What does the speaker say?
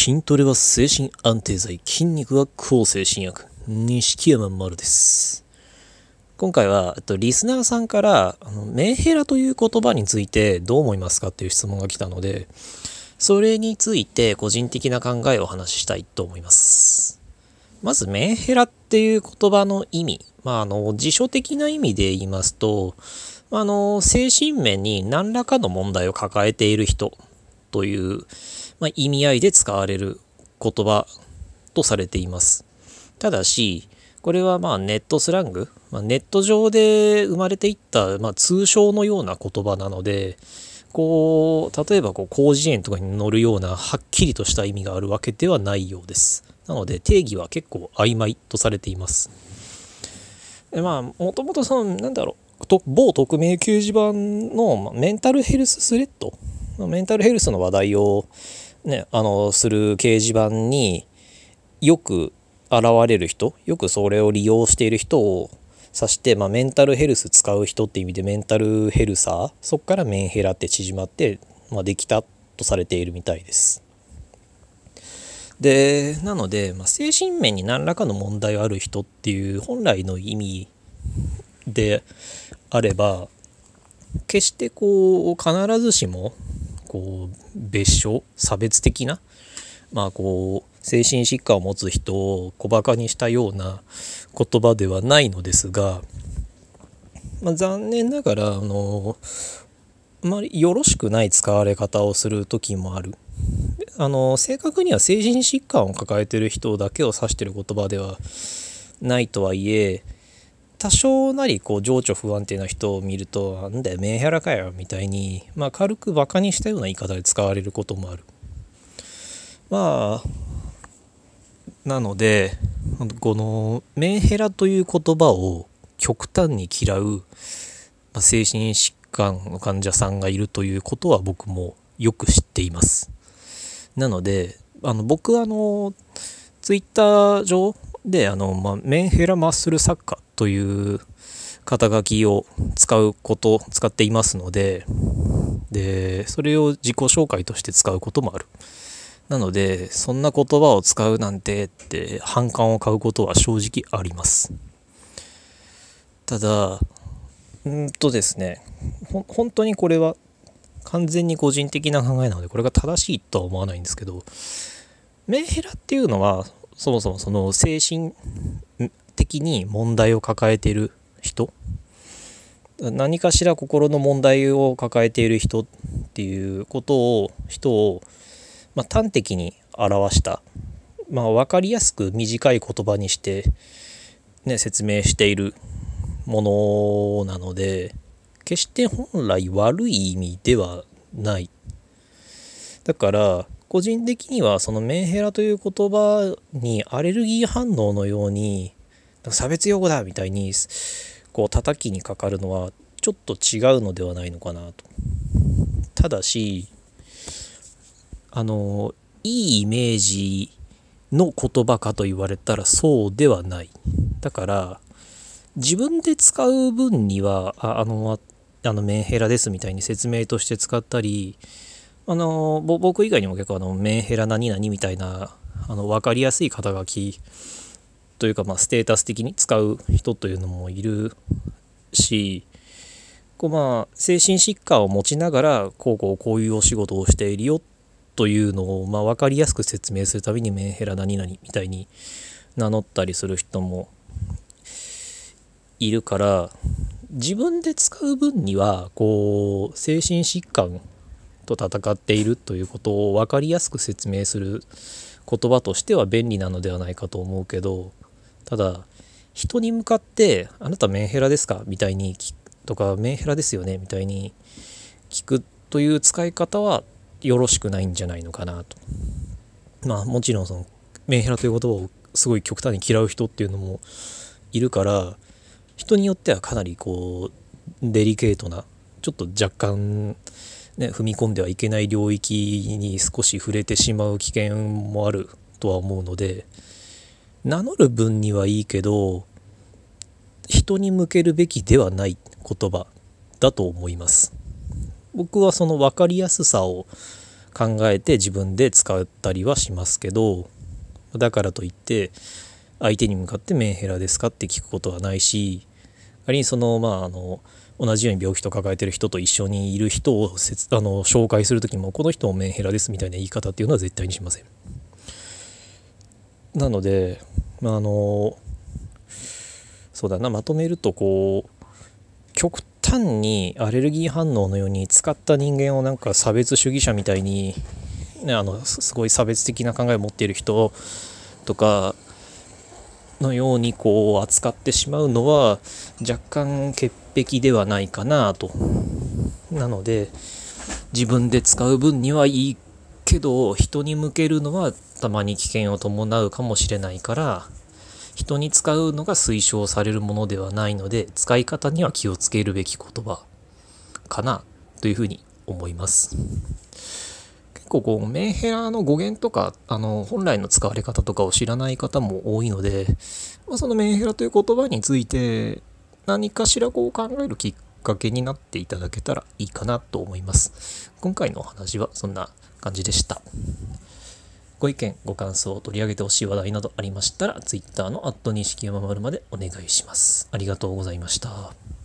筋トレは精神安定剤、筋肉は抗精神薬。錦山丸です。今回はリスナーさんからメンヘラという言葉についてどう思いますかっていう質問が来たので、それについて個人的な考えをお話ししたいと思います。まずメンヘラっていう言葉の意味、辞書的な意味で言いますと、精神面に何らかの問題を抱えている人という、意味合いで使われる言葉とされています。ただしこれはネットスラング、ネット上で生まれていった、通称のような言葉なので、例えば広辞苑とかに載るようなはっきりとした意味があるわけではないようです。なので定義は結構曖昧とされています。もともと某匿名掲示板のメンタルヘルススレッド、メンタルヘルスの話題をする掲示板によく現れる人、よくそれを利用している人を指して、メンタルヘルス使う人って意味でメンタルヘルサー、そこからメンヘラって縮まって、できたとされているみたいです。でなので、精神面に何らかの問題がある人っていう本来の意味であれば、決して必ずしも別称、差別的な精神疾患を持つ人を小バカにしたような言葉ではないのですが、残念ながらあまりよろしくない使われ方をする時もある。正確には精神疾患を抱えている人だけを指している言葉ではないとはいえ、多少なり情緒不安定な人を見ると、なんだよメンヘラかよみたいに、軽くバカにしたような言い方で使われることもある。なのでこのメンヘラという言葉を極端に嫌う、精神疾患の患者さんがいるということは僕もよく知っています。なので僕はツイッター上でメンヘラマッスル作家という肩書きを使っていますので、それを自己紹介として使うこともある。なのでそんな言葉を使うなんてって反感を買うことは正直あります。ただですね、本当にこれは完全に個人的な考えなのでこれが正しいとは思わないんですけど、メンヘラっていうのはそもそもその精神的に問題を抱えている人、何かしら心の問題を抱えている人っていう人を端的に表した、分かりやすく短い言葉にして、説明しているものなので、決して本来悪い意味ではない。だから個人的にはそのメンヘラという言葉にアレルギー反応のように差別用語だみたいに叩きにかかるのはちょっと違うのではないのかなと。ただしいいイメージの言葉かと言われたらそうではない。だから自分で使う分にはメンヘラですみたいに説明として使ったり、僕以外にも結構メンヘラ何々みたいな分かりやすい肩書きというか、ステータス的に使う人というのもいるし、精神疾患を持ちながらこういうお仕事をしているよというのを分かりやすく説明するためにメンヘラ何々みたいに名乗ったりする人もいるから、自分で使う分には精神疾患と戦っているということを分かりやすく説明する言葉としては便利なのではないかと思うけど、ただ人に向かってあなたメンヘラですかみたいにとかメンヘラですよねみたいに聞くという使い方はよろしくないんじゃないのかなと。もちろんそのメンヘラという言葉をすごい極端に嫌う人っていうのもいるから、人によってはかなりデリケートな、ちょっと若干踏み込んではいけない領域に少し触れてしまう危険もあるとは思うので、名乗る分にはいいけど人に向けるべきではない言葉だと思います。僕はその分かりやすさを考えて自分で使ったりはしますけど、だからといって相手に向かってメンヘラですかって聞くことはないし、仮に同じように病気と抱えてる人と一緒にいる人を紹介する時もこの人もメンヘラですみたいな言い方っていうのは絶対にしません。なのでそうだな、まとめると極端にアレルギー反応のように使った人間をなんか差別主義者みたいに、ね、すごい差別的な考えを持っている人とかのように扱ってしまうのは若干潔癖ではないかなと。なので自分で使う分にはいいけど人に向けるのはたまに危険を伴うかもしれないから、人に使うのが推奨されるものではないので使い方には気をつけるべき言葉かなというふうに思います。結構メンヘラの語源とか本来の使われ方とかを知らない方も多いので、そのメンヘラという言葉について何かしら考えるきっかけになっていただけたらいいかなと思います。今回のお話はそんな感じでした。ご意見ご感想、取り上げてほしい話題などありましたら Twitter の@錦山丸までお願いします。ありがとうございました。